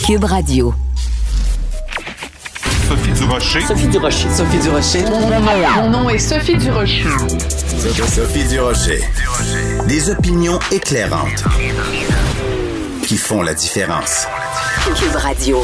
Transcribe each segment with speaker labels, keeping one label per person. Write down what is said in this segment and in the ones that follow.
Speaker 1: Cube Radio.
Speaker 2: Sophie Durocher.
Speaker 3: Sophie Durocher. Sophie Durocher.
Speaker 4: Mon nom est Sophie Durocher.
Speaker 5: Sophie Durocher. Des opinions éclairantes qui font la différence.
Speaker 1: Cube Radio.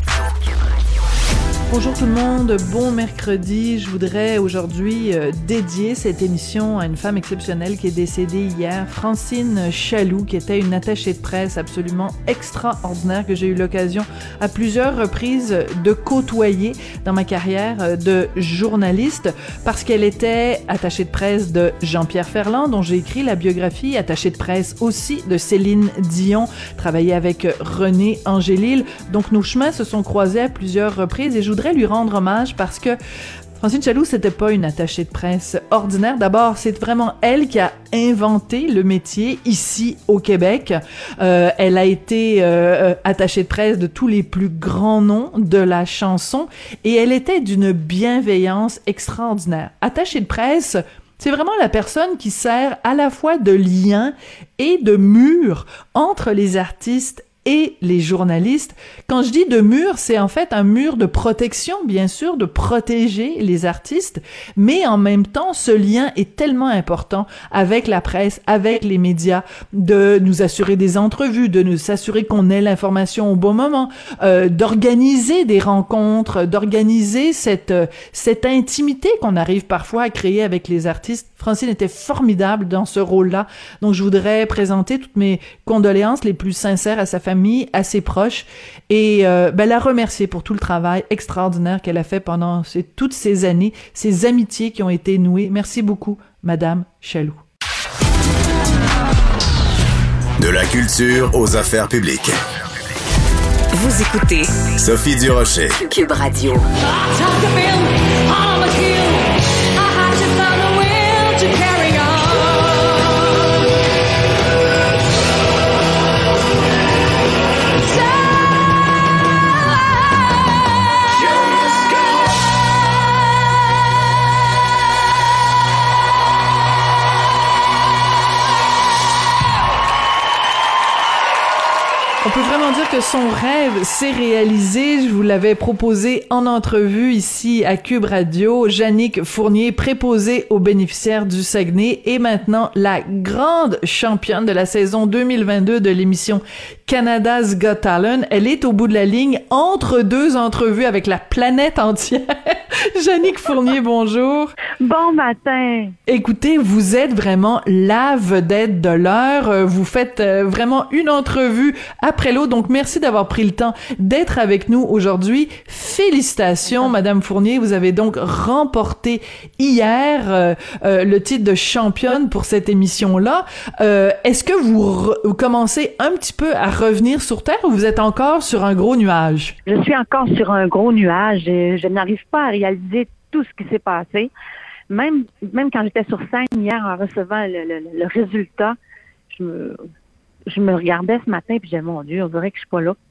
Speaker 6: Bonjour tout le monde, bon mercredi. Je voudrais aujourd'hui dédier cette émission à une femme exceptionnelle qui est décédée hier, Francine Chaloux, qui était une attachée de presse absolument extraordinaire que j'ai eu l'occasion à plusieurs reprises de côtoyer dans ma carrière de journaliste, parce qu'elle était attachée de presse de Jean-Pierre Ferland, dont j'ai écrit la biographie, attachée de presse aussi de Céline Dion, travaillé avec René Angélil. Donc nos chemins se sont croisés à plusieurs reprises et je voudrais lui rendre hommage parce que Francine Chaloux, c'était pas une attachée de presse ordinaire. D'abord, c'est vraiment elle qui a inventé le métier ici au Québec. Elle a été attachée de presse de tous les plus grands noms de la chanson et elle était d'une bienveillance extraordinaire. Attachée de presse, c'est vraiment la personne qui sert à la fois de lien et de mur entre les artistes et les journalistes. Quand je dis de mur, c'est en fait un mur de protection, bien sûr, de protéger les artistes, mais en même temps, ce lien est tellement important avec la presse, avec les médias, de nous assurer des entrevues, de nous assurer qu'on ait l'information au bon moment, d'organiser des rencontres, d'organiser cette intimité qu'on arrive parfois à créer avec les artistes. Francine était formidable dans ce rôle-là, donc je voudrais présenter toutes mes condoléances les plus sincères à sa famille, à ses proches, et la remercier pour tout le travail extraordinaire qu'elle a fait pendant toutes ces années, ces amitiés qui ont été nouées. Merci beaucoup, Madame Chaloux.
Speaker 5: De la culture aux affaires publiques.
Speaker 1: Vous écoutez
Speaker 5: Sophie Durocher.
Speaker 1: Cube Radio.
Speaker 6: On peut vraiment dire que son rêve s'est réalisé. Je vous l'avais proposé en entrevue ici à Cube Radio. Jannick Fournier, préposée aux bénéficiaires du Saguenay, et maintenant la grande championne de la saison 2022 de l'émission Canada's Got Talent. Elle est au bout de la ligne entre deux entrevues avec la planète entière. Jannick Fournier, bonjour.
Speaker 7: Bon matin.
Speaker 6: Écoutez, vous êtes vraiment la vedette de l'heure. Vous faites vraiment une entrevue après l'autre. Donc, merci d'avoir pris le temps d'être avec nous aujourd'hui. Félicitations, Madame Fournier. Vous avez donc remporté hier le titre de championne pour cette émission-là. Est-ce que vous commencez un petit peu à revenir sur Terre ou vous êtes encore sur un gros nuage?
Speaker 7: Je suis encore sur un gros nuage. Je n'arrive pas à réaliser tout ce qui s'est passé. Même quand j'étais sur scène hier en recevant le résultat, je me regardais ce matin et je disais, mon Dieu, on dirait que je suis pas là.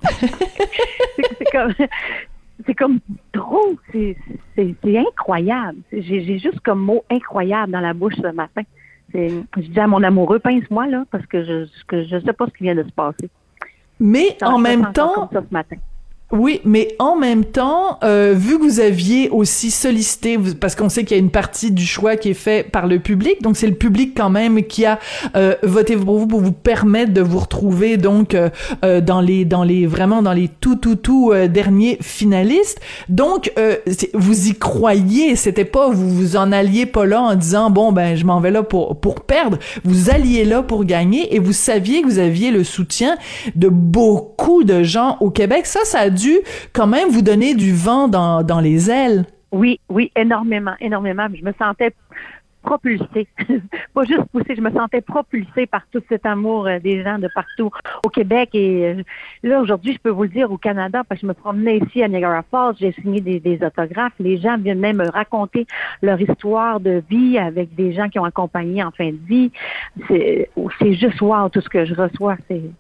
Speaker 7: c'est comme trop, c'est incroyable. J'ai juste comme mot incroyable dans la bouche ce matin. Je dis à mon amoureux, pince-moi là, parce que je sais pas ce qui vient de se passer.
Speaker 6: Mais en même temps,
Speaker 7: comme ça ce matin.
Speaker 6: Oui, mais en même temps, vu que vous aviez aussi sollicité, parce qu'on sait qu'il y a une partie du choix qui est fait par le public, donc c'est le public quand même qui a voté pour vous permettre de vous retrouver donc dans les tout derniers finalistes. Donc vous y croyez, c'était pas vous en alliez pas là en disant bon ben je m'en vais là pour perdre, vous alliez là pour gagner et vous saviez que vous aviez le soutien de beaucoup de gens au Québec. Ça a dû quand même vous donner du vent dans les ailes.
Speaker 7: Oui, énormément. Je me sentais propulsée, pas juste poussée, je me sentais propulsée par tout cet amour des gens de partout au Québec. Et là, aujourd'hui, je peux vous le dire, au Canada, parce que je me promenais ici à Niagara Falls, j'ai signé des autographes. Les gens viennent même me raconter leur histoire de vie avec des gens qui ont accompagné en fin de vie. C'est juste wow, tout ce que je reçois,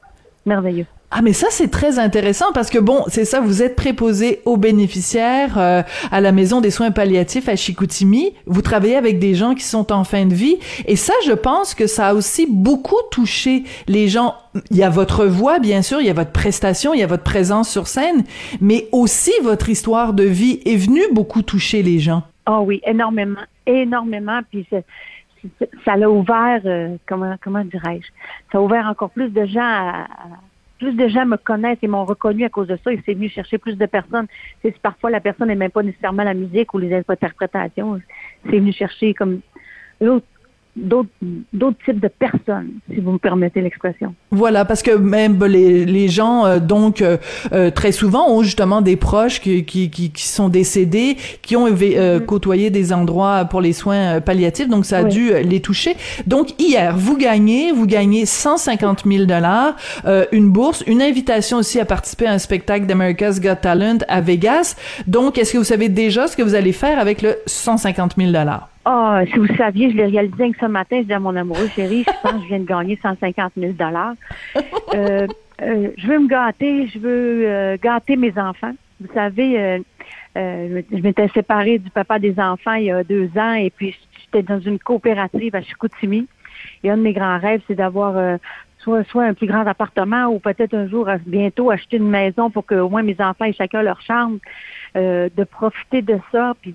Speaker 7: merveilleux.
Speaker 6: Ah, mais ça, c'est très intéressant parce que, bon, c'est ça, vous êtes préposé aux bénéficiaires à la Maison des soins palliatifs à Chicoutimi. Vous travaillez avec des gens qui sont en fin de vie. Et ça, je pense que ça a aussi beaucoup touché les gens. Il y a votre voix, bien sûr, il y a votre prestation, il y a votre présence sur scène, mais aussi votre histoire de vie est venue beaucoup toucher les gens.
Speaker 7: Ah oui, énormément, énormément. Puis ça l'a ouvert, comment dirais-je, ça a ouvert encore plus de gens plus de gens me connaissent et m'ont reconnu à cause de ça et c'est venu chercher plus de personnes. C'est parfois la personne n'aime même pas nécessairement la musique ou les interprétations. C'est venu chercher comme d'autres types de personnes, si vous me permettez l'expression.
Speaker 6: Voilà, parce que même les gens très souvent ont justement des proches qui sont décédés, qui ont côtoyé des endroits pour les soins palliatifs, donc ça a dû les toucher. Donc hier, vous gagnez 150 000 $, une bourse, une invitation aussi à participer à un spectacle d'America's Got Talent à Vegas. Donc, est-ce que vous savez déjà ce que vous allez faire avec le 150 000 $?
Speaker 7: Ah, si vous saviez, je l'ai réalisé que ce matin, je dis à mon amoureux, chérie, je pense que je viens de gagner 150 000 $. Je veux me gâter, je veux gâter mes enfants. Vous savez, je m'étais séparée du papa des enfants il y a 2 ans et puis j'étais dans une coopérative à Chicoutimi. Et un de mes grands rêves, c'est d'avoir soit un plus grand appartement ou peut-être un jour, bientôt, acheter une maison pour que au moins mes enfants aient chacun leur chambre. De profiter de ça, puis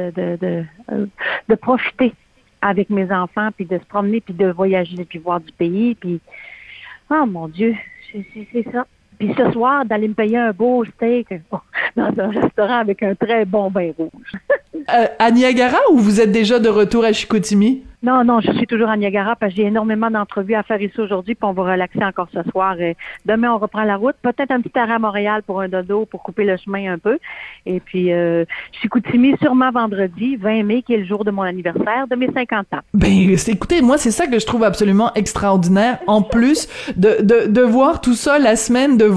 Speaker 7: de profiter avec mes enfants, puis de se promener, puis de voyager, puis voir du pays, puis oh mon Dieu, c'est ça. Puis ce soir, d'aller me payer un beau steak dans un restaurant avec un très bon vin rouge.
Speaker 6: À Niagara ou vous êtes déjà de retour à Chicoutimi?
Speaker 7: Non, je suis toujours à Niagara parce que j'ai énormément d'entrevues à faire ici aujourd'hui, puis on va relaxer encore ce soir. Et demain, on reprend la route. Peut-être un petit arrêt à Montréal pour un dodo, pour couper le chemin un peu. Et puis, Chicoutimi, sûrement vendredi, 20 mai, qui est le jour de mon anniversaire, de mes 50 ans.
Speaker 6: Ben, écoutez, moi, c'est ça que je trouve absolument extraordinaire. En plus de voir tout ça la semaine de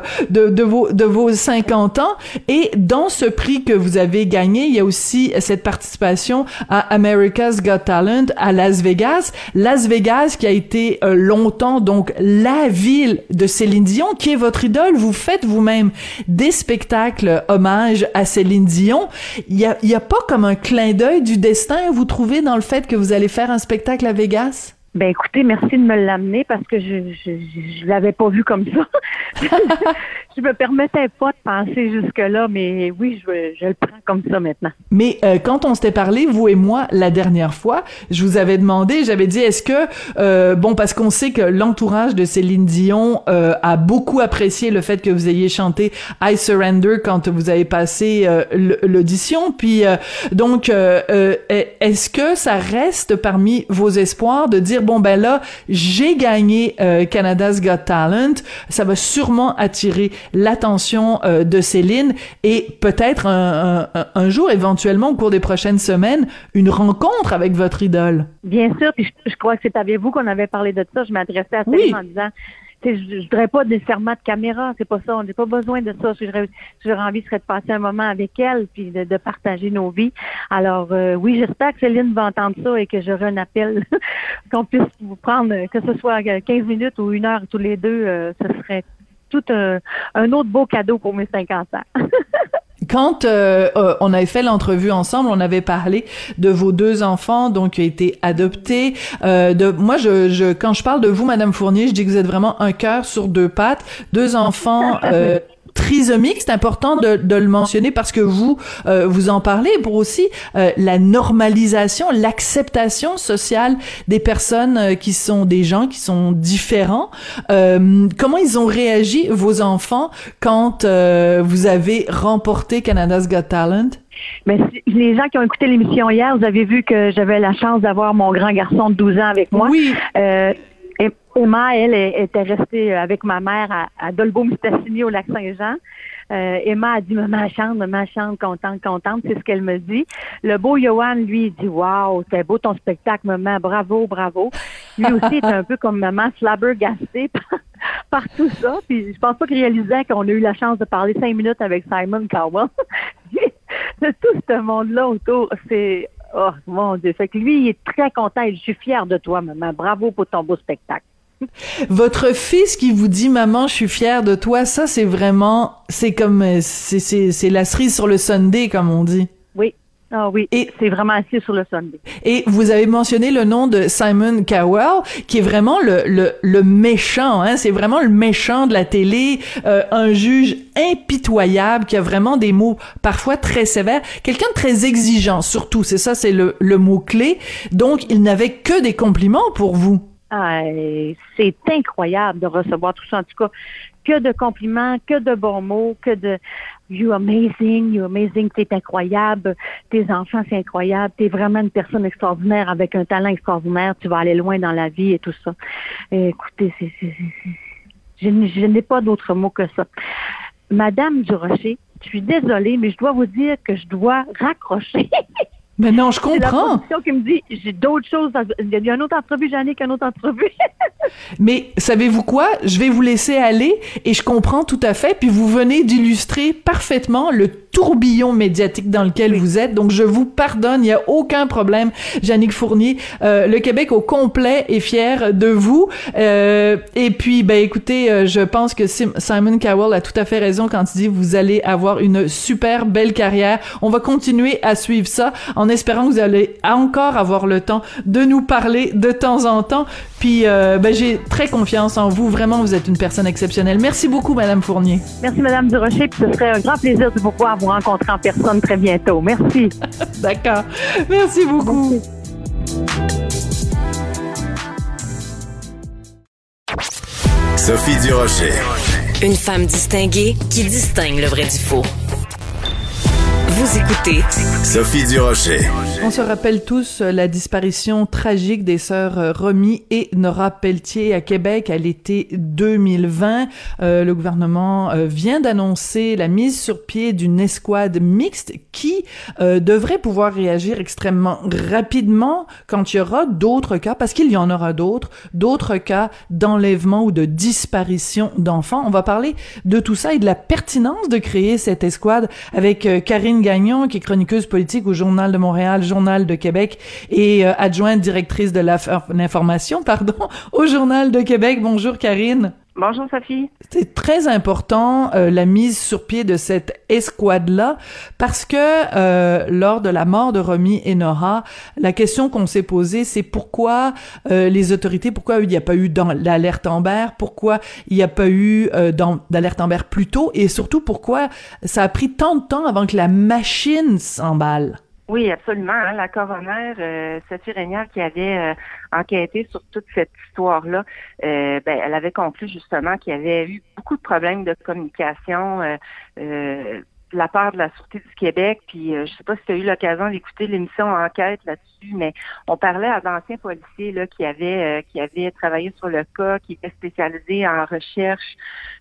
Speaker 6: vos 50 ans. Et dans ce prix que vous avez gagné, il y a aussi cette participation à America's Got Talent à Las Vegas. Las Vegas qui a été longtemps donc la ville de Céline Dion, qui est votre idole. Vous faites vous-même des spectacles hommage à Céline Dion. Il y a pas comme un clin d'œil du destin, vous trouvez, dans le fait que vous allez faire un spectacle à Vegas?
Speaker 7: Ben écoutez, merci de me l'amener parce que je l'avais pas vu comme ça. Je me permettais pas de penser jusque-là, mais oui, je le prends comme ça maintenant.
Speaker 6: Mais quand on s'était parlé, vous et moi, la dernière fois, je vous avais demandé, j'avais dit, est-ce que, parce qu'on sait que l'entourage de Céline Dion a beaucoup apprécié le fait que vous ayez chanté I Surrender quand vous avez passé l'audition, puis est-ce que ça reste parmi vos espoirs de dire, bon ben là, j'ai gagné Canada's Got Talent, ça va sûrement attirer l'attention de Céline et peut-être un jour, éventuellement, au cours des prochaines semaines, une rencontre avec votre idole.
Speaker 7: Bien sûr, puis je crois que c'est avec vous qu'on avait parlé de ça. Je m'adressais à Céline en disant, je voudrais pas nécessairement de caméra, c'est pas ça, on n'a pas besoin de ça. J'aurais envie serait de passer un moment avec elle puis de partager nos vies. Alors oui, j'espère que Céline va entendre ça et que j'aurai un appel qu'on puisse vous prendre, que ce soit 15 minutes ou 1 heure tous les deux, ce serait tout un autre beau cadeau pour mes 50 ans.
Speaker 6: Quand on avait fait l'entrevue ensemble, on avait parlé de vos 2 enfants, donc qui ont été adoptés. Moi, quand je parle de vous, Madame Fournier, je dis que vous êtes vraiment un cœur sur 2 pattes, 2 enfants trisomique, c'est important de le mentionner parce que vous en parlez pour aussi la normalisation, l'acceptation sociale des personnes qui sont des gens qui sont différents. Comment ils ont réagi, vos enfants, quand vous avez remporté Canada's Got Talent?
Speaker 7: Mais les gens qui ont écouté l'émission hier, vous avez vu que j'avais la chance d'avoir mon grand garçon de 12 ans avec moi.
Speaker 6: Oui.
Speaker 7: Emma, elle, était restée avec ma mère à Dolbeau-Mistassini au Lac-Saint-Jean. Emma a dit, maman chante, contente, c'est ce qu'elle me dit. Le beau Johan, lui, il dit, wow, c'est beau ton spectacle, maman, bravo. Lui aussi est un peu comme maman, flabbergasté par tout ça. Puis je pense pas qu'il réalisait qu'on a eu la chance de parler 5 minutes avec Simon Cowell. De tout ce monde-là autour, c'est... Oh, mon Dieu. Fait que lui, il est très content. Je suis fière de toi, maman. Bravo pour ton beau spectacle.
Speaker 6: Votre fils qui vous dit « Maman, je suis fière de toi », ça, c'est vraiment... C'est comme... C'est la cerise sur le sundae, comme on dit.
Speaker 7: Oui. Ah oui, et c'est vraiment assis sur le Sunday.
Speaker 6: Et vous avez mentionné le nom de Simon Cowell, qui est vraiment le méchant, hein, c'est vraiment le méchant de la télé, un juge impitoyable, qui a vraiment des mots parfois très sévères, quelqu'un de très exigeant, surtout, c'est ça, c'est le mot-clé, donc il n'avait que des compliments pour vous.
Speaker 7: Ah, c'est incroyable de recevoir tout ça, en tout cas, que de compliments, que de bons mots, que de you're amazing, t'es incroyable, tes enfants, c'est incroyable, t'es vraiment une personne extraordinaire avec un talent extraordinaire, tu vas aller loin dans la vie et tout ça. Écoutez, je n'ai pas d'autres mots que ça. Madame Durocher, je suis désolée, mais je dois vous dire que je dois raccrocher.
Speaker 6: Mais non, je comprends.
Speaker 7: C'est la production qui me dit, j'ai d'autres choses. Il y a une autre entrevue, Jannick, une autre entrevue.
Speaker 6: Mais savez-vous quoi? Je vais vous laisser aller et je comprends tout à fait. Puis vous venez d'illustrer parfaitement le tourbillon médiatique dans lequel vous êtes. Donc, je vous pardonne. Il n'y a aucun problème, Jannick Fournier. Le Québec au complet est fier de vous. Et puis, ben, écoutez, je pense que Simon Cowell a tout à fait raison quand il dit vous allez avoir une super belle carrière. On va continuer à suivre ça en espérant que vous allez encore avoir le temps de nous parler de temps en temps. Puis, ben, j'ai très confiance en vous. Vraiment, vous êtes une personne exceptionnelle. Merci beaucoup, Madame Fournier.
Speaker 7: Merci, Madame Durocher. Puis ce serait un grand plaisir de pouvoir vous rencontrer en personne très bientôt. Merci.
Speaker 6: D'accord. Merci beaucoup. Merci.
Speaker 5: Sophie Durocher.
Speaker 1: Une femme distinguée qui distingue le vrai du faux. Vous écoutez
Speaker 5: Sophie Durocher.
Speaker 6: On se rappelle tous la disparition tragique des sœurs Romy et Nora Pelletier à Québec à l'été 2020. Le gouvernement vient d'annoncer la mise sur pied d'une escouade mixte qui devrait pouvoir réagir extrêmement rapidement quand il y aura d'autres cas, parce qu'il y en aura d'autres cas d'enlèvement ou de disparition d'enfants. On va parler de tout ça et de la pertinence de créer cette escouade avec Karine Gagnon, qui est chroniqueuse politique au Journal de Montréal, Journal de Québec et adjointe directrice de l'information, au Journal de Québec. Bonjour Karine.
Speaker 2: Bonjour Sophie.
Speaker 6: C'est très important la mise sur pied de cette escouade-là parce que lors de la mort de Romy et Nora, la question qu'on s'est posée, c'est pourquoi les autorités, pourquoi il n'y a pas eu d'alerte Amber, pourquoi il n'y a pas eu d'alerte Amber plus tôt et surtout pourquoi ça a pris tant de temps avant que la machine s'emballe.
Speaker 2: Oui, absolument. Hein, la coroner Sophie Régnard qui avait enquêté sur toute cette histoire-là, elle avait conclu justement qu'il y avait eu beaucoup de problèmes de communication de la part de la Sûreté du Québec. Puis je sais pas si tu as eu l'occasion d'écouter l'émission Enquête là-dessus, mais on parlait à d'anciens policiers là qui avaient travaillé sur le cas, qui étaient spécialisés en recherche,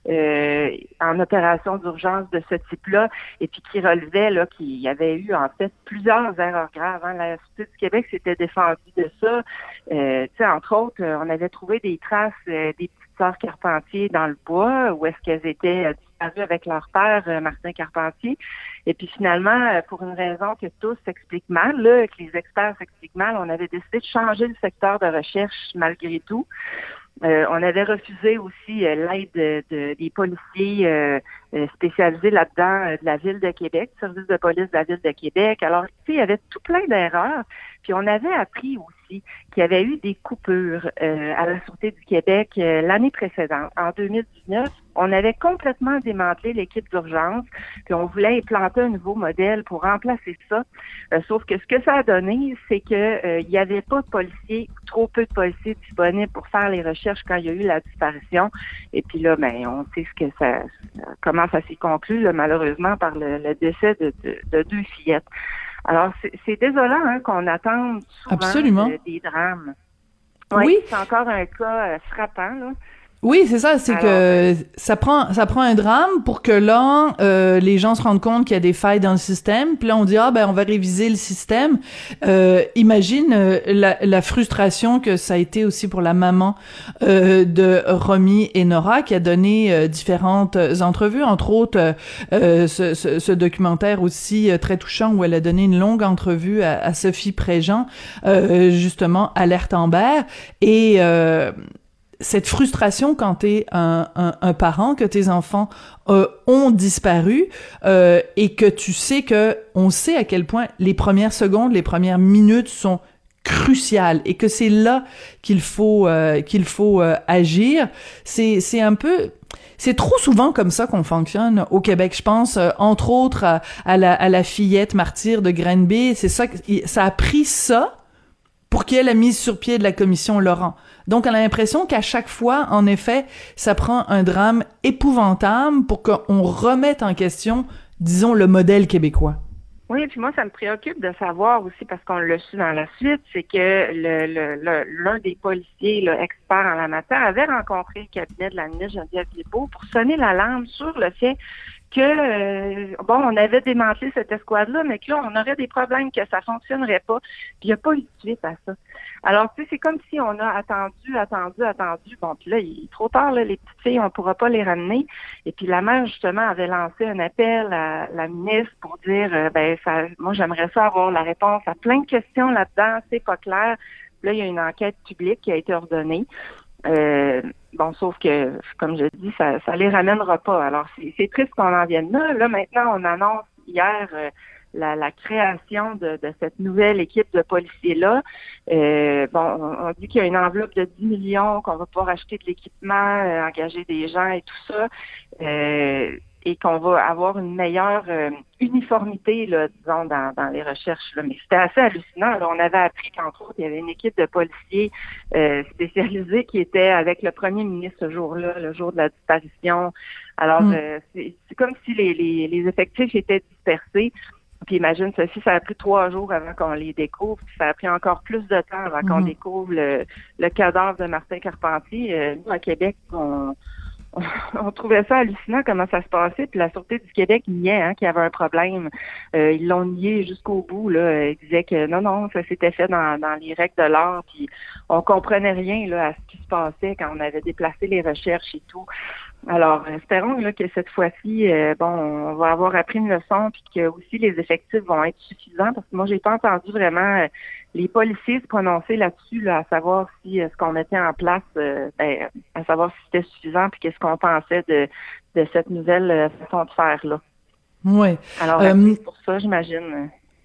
Speaker 2: en opérations d'urgence de ce type-là, et puis qui relevaient là qu'il y avait eu en fait plusieurs erreurs graves. Hein. La Sûreté du Québec s'était défendue de ça. Tu sais, entre autres, on avait trouvé des traces des petites sœurs Carpentier dans le bois, où est-ce qu'elles étaient disparues avec leur père, Martin Carpentier. Et puis finalement, pour une raison que tous s'expliquent mal, là, que les experts s'expliquent mal, on avait décidé de changer le secteur de recherche malgré tout. On avait refusé aussi l'aide des policiers spécialisés là-dedans de la Ville de Québec, service de police de la Ville de Québec. Alors, tu sais, il y avait tout plein d'erreurs. Puis on avait appris aussi qu'il y avait eu des coupures à la Sûreté du Québec l'année précédente, en 2019. On avait complètement démantelé l'équipe d'urgence, puis on voulait implanter un nouveau modèle pour remplacer ça. Sauf que ce que ça a donné, c'est que il y avait pas de policiers, trop peu de policiers disponibles pour faire les recherches quand il y a eu la disparition. Et puis là, on sait comment ça s'est conclu, là, malheureusement, par le décès de deux fillettes. Alors, c'est désolant hein, qu'on attende souvent des drames. Ouais, oui. C'est encore un cas frappant, là.
Speaker 6: Oui, c'est ça, c'est que ça prend un drame pour que là les gens se rendent compte qu'il y a des failles dans le système, puis là on dit on va réviser le système. Imagine la frustration que ça a été aussi pour la maman de Romy et Nora qui a donné différentes entrevues, entre autres ce documentaire aussi très touchant où elle a donné une longue entrevue à Sophie Préjean, justement Alerte Amber et cette frustration quand t'es un parent, que tes enfants ont disparu et que tu sais que on sait à quel point les premières secondes, les premières minutes sont cruciales et que c'est là qu'il faut agir. C'est un peu... C'est trop souvent comme ça qu'on fonctionne au Québec. Je pense, entre autres, à la fillette martyre de Granby. C'est ça, ça a pris ça pour qu'il y ait la mise sur pied de la commission Laurent. Donc, on a l'impression qu'à chaque fois, en effet, ça prend un drame épouvantable pour qu'on remette en question, disons, le modèle québécois.
Speaker 2: Oui, puis moi, ça me préoccupe de savoir aussi, parce qu'on l'a su dans la suite, c'est que l'un des policiers là, experts en la matière avait rencontré le cabinet de la ministre Geneviève Guilbeault pour sonner l'alarme sur le fait que, on avait démantelé cette escouade-là, mais que là, on aurait des problèmes, que ça fonctionnerait pas. Puis il n'y a pas eu de suite à ça. Alors, tu sais, c'est comme si on a attendu. Bon, puis là, il est trop tard, là, les petites filles, on ne pourra pas les ramener. Et puis la mère, justement, avait lancé un appel à la ministre pour dire, moi, j'aimerais ça avoir la réponse à plein de questions là-dedans, c'est pas clair. Là, il y a une enquête publique qui a été ordonnée. Sauf que, comme je dis, ça les ramènera pas. Alors, c'est triste qu'on en vienne là. Là, maintenant, on annonce hier la création de cette nouvelle équipe de policiers-là. On dit qu'il y a une enveloppe de 10 millions, qu'on va pouvoir acheter de l'équipement, engager des gens et tout ça. Et qu'on va avoir une meilleure uniformité, là, disons, dans les recherches. Là. Mais c'était assez hallucinant. Là. On avait appris qu'entre autres, il y avait une équipe de policiers spécialisés qui était avec le premier ministre ce jour-là, le jour de la disparition. Alors, c'est comme si les effectifs étaient dispersés. Puis imagine, Sophie, ça a pris 3 jours avant qu'on les découvre. Puis ça a pris encore plus de temps avant qu'on découvre le cadavre de Martin Carpentier. Nous, à Québec, on trouvait ça hallucinant comment ça se passait, puis la Sûreté du Québec niait qu'il y avait un problème. Ils l'ont nié jusqu'au bout. Là. Ils disaient que non, ça s'était fait dans les règles de l'art, puis on comprenait rien là, à ce qui se passait quand on avait déplacé les recherches et tout. Alors, espérons là, que cette fois-ci, on va avoir appris une leçon, puis que aussi les effectifs vont être suffisants, parce que moi, j'ai pas entendu vraiment les policiers se prononcer là-dessus, là, à savoir si ce qu'on mettait en place, à savoir si c'était suffisant, puis qu'est-ce qu'on pensait de cette nouvelle façon de faire là.
Speaker 6: Oui.
Speaker 2: Alors, pour ça, j'imagine.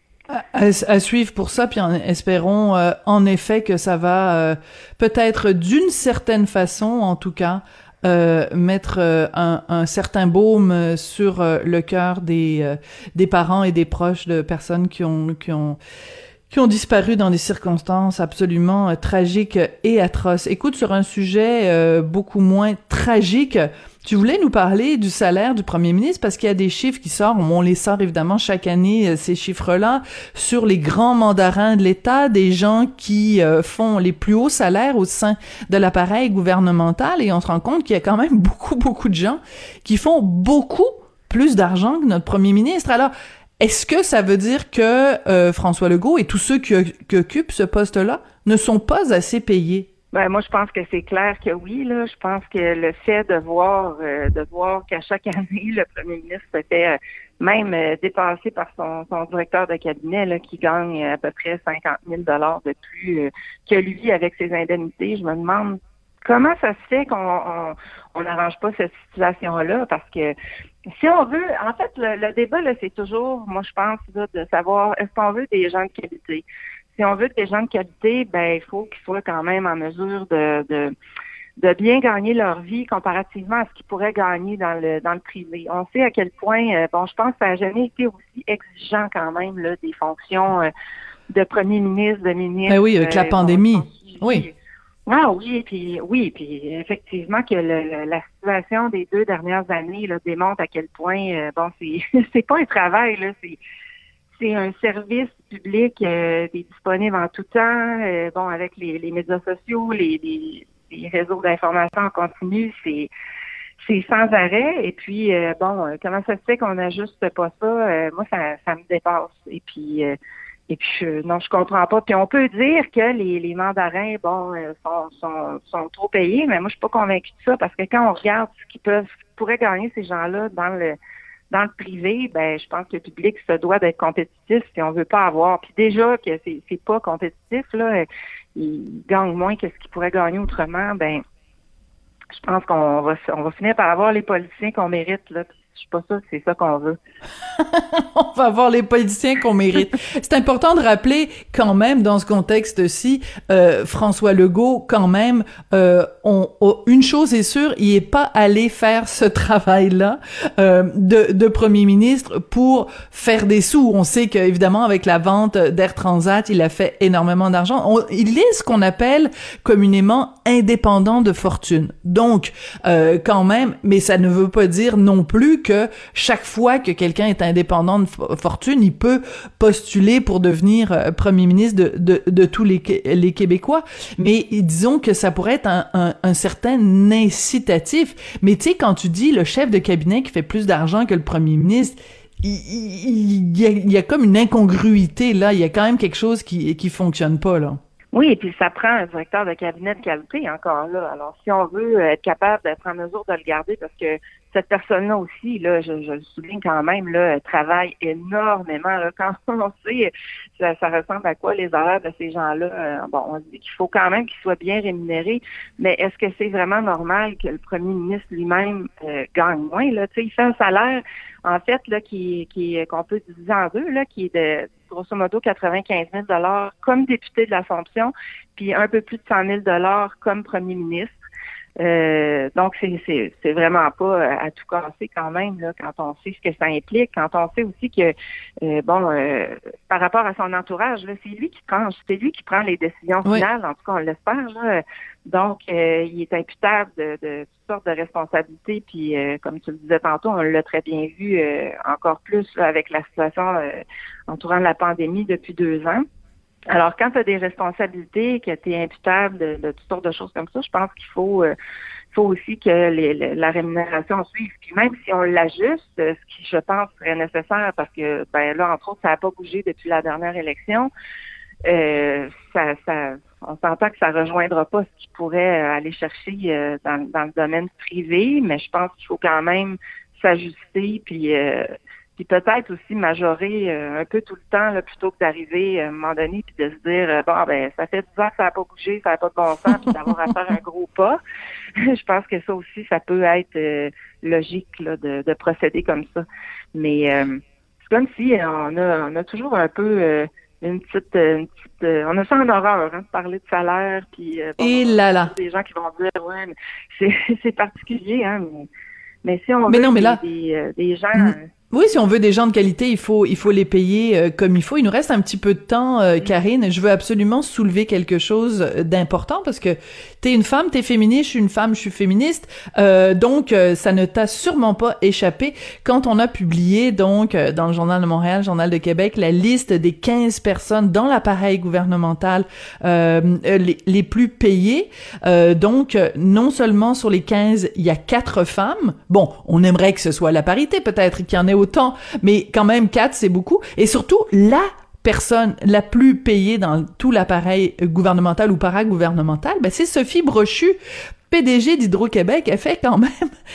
Speaker 6: À suivre pour ça, puis espérons en effet que ça va peut-être d'une certaine façon, en tout cas, mettre un certain baume sur le cœur des parents et des proches de personnes qui ont disparu dans des circonstances absolument tragiques et atroces. Écoute, sur un sujet beaucoup moins tragique, tu voulais nous parler du salaire du premier ministre parce qu'il y a des chiffres qui sortent, on les sort évidemment chaque année, ces chiffres-là, sur les grands mandarins de l'État, des gens qui font les plus hauts salaires au sein de l'appareil gouvernemental, et on se rend compte qu'il y a quand même beaucoup de gens qui font beaucoup plus d'argent que notre premier ministre. Alors, est-ce que ça veut dire que François Legault et tous ceux qui occupent ce poste-là ne sont pas assez payés?
Speaker 2: Ben moi, je pense que c'est clair que oui. Là, je pense que le fait de voir qu'à chaque année, le premier ministre se fait même dépassé par son directeur de cabinet là, qui gagne à peu près 50 000 $ de plus que lui avec ses indemnités. Je me demande comment ça se fait qu'on n'arrange pas cette situation-là, parce que si on veut, en fait, le débat, là, c'est toujours, moi, je pense, là, de savoir, est-ce qu'on veut des gens de qualité? Si on veut des gens de qualité, il faut qu'ils soient quand même en mesure de bien gagner leur vie comparativement à ce qu'ils pourraient gagner dans le privé. On sait à quel point, je pense que ça n'a jamais été aussi exigeant quand même, là, des fonctions de premier ministre, de ministre.
Speaker 6: Ben oui, avec la pandémie. Oui.
Speaker 2: Ah oui, puis effectivement que la situation des 2 dernières années là, démontre à quel point c'est pas un travail, là, c'est un service public qui est disponible en tout temps. Avec les médias sociaux, les réseaux d'information en continu, c'est sans arrêt. Et puis comment ça se fait qu'on n'ajuste pas ça? Moi, ça me dépasse. Et puis je comprends pas. Puis on peut dire que les mandarins, sont trop payés, mais moi je suis pas convaincue de ça, parce que quand on regarde ce qu'ils pourraient gagner ces gens-là dans le privé, je pense que le public se doit d'être compétitif si on veut pas avoir. Puis déjà que c'est pas compétitif là, ils gagnent moins que ce qu'ils pourraient gagner autrement. je pense on va finir par avoir les politiciens qu'on mérite, là. Je suis pas sûre que c'est ça qu'on veut.
Speaker 6: On va avoir les politiciens qu'on mérite. C'est important de rappeler quand même dans ce contexte-ci, François Legault, quand même, une chose est sûre, il est pas allé faire ce travail-là de premier ministre pour faire des sous. On sait qu'évidemment avec la vente d'Air Transat, il a fait énormément d'argent. Il est ce qu'on appelle communément indépendant de fortune. Donc quand même, mais ça ne veut pas dire non plus que chaque fois que quelqu'un est indépendant de fortune, il peut postuler pour devenir premier ministre de tous les Québécois. Mais disons que ça pourrait être un certain incitatif. Mais tu sais, quand tu dis le chef de cabinet qui fait plus d'argent que le premier ministre, il y a comme une incongruité là. Il y a quand même quelque chose qui fonctionne pas là.
Speaker 2: Oui, et puis ça prend un directeur de cabinet de qualité encore là. Alors, si on veut être capable d'être en mesure de le garder, parce que cette personne-là aussi, là, je le souligne quand même, là, elle travaille énormément. Là, quand on sait, ça ressemble à quoi les horaires de ces gens-là? Bon, on dit qu'il faut quand même qu'ils soient bien rémunérés, mais est-ce que c'est vraiment normal que le premier ministre lui-même gagne moins? Là? Tu sais, il fait un salaire, en fait, là, qu'on peut diviser en deux, là, qui est de grosso modo 95 000 $ comme député de l'Assomption, puis un peu plus de 100 000 $ comme premier ministre. Donc, c'est vraiment pas à tout casser quand même, là, quand on sait ce que ça implique, quand on sait aussi que, par rapport à son entourage, là, c'est lui qui prend les décisions finales, en tout cas, on l'espère, là. Donc, il est imputable de toutes sortes de responsabilités, puis comme tu le disais tantôt, on l'a très bien vu encore plus là, avec la situation entourant la pandémie depuis 2 ans. Alors, quand tu as des responsabilités, que tu es imputable de toutes sortes de choses comme ça, je pense qu'il faut aussi que la rémunération suive. Puis même si on l'ajuste, ce qui, je pense, serait nécessaire, parce que là, entre autres, ça n'a pas bougé depuis la dernière élection, on s'entend que ça rejoindra pas ce qu'il pourrait aller chercher dans le domaine privé, mais je pense qu'il faut quand même s'ajuster, puis peut-être aussi majorer un peu tout le temps là, plutôt que d'arriver à un moment donné puis de se dire ça fait 10 ans que ça n'a pas bougé, ça n'a pas de bon sens, puis d'avoir à faire un gros pas. Je pense que ça aussi, ça peut être logique là, de procéder comme ça. Mais c'est comme si on a toujours un peu une petite on a ça en horreur, de parler de salaire, puis des gens qui vont dire ouais, mais c'est particulier, hein, mais si on veut des gens.
Speaker 6: Oui, si on veut des gens de qualité, il faut les payer comme il faut. Il nous reste un petit peu de temps, Karine. Je veux absolument soulever quelque chose d'important parce que t'es une femme, t'es féministe, je suis une femme, je suis féministe. Donc, ça ne t'a sûrement pas échappé quand on a publié, donc, dans le Journal de Montréal, Journal de Québec, la liste des 15 personnes dans l'appareil gouvernemental les plus payées. Donc, non seulement sur les 15, il y a 4 femmes. Bon, on aimerait que ce soit la parité, peut-être qu'il y en ait autant, mais quand même 4, c'est beaucoup. Et surtout, la personne la plus payée dans tout l'appareil gouvernemental ou paragouvernemental, c'est Sophie Brochu, PDG d'Hydro-Québec. Elle fait quand même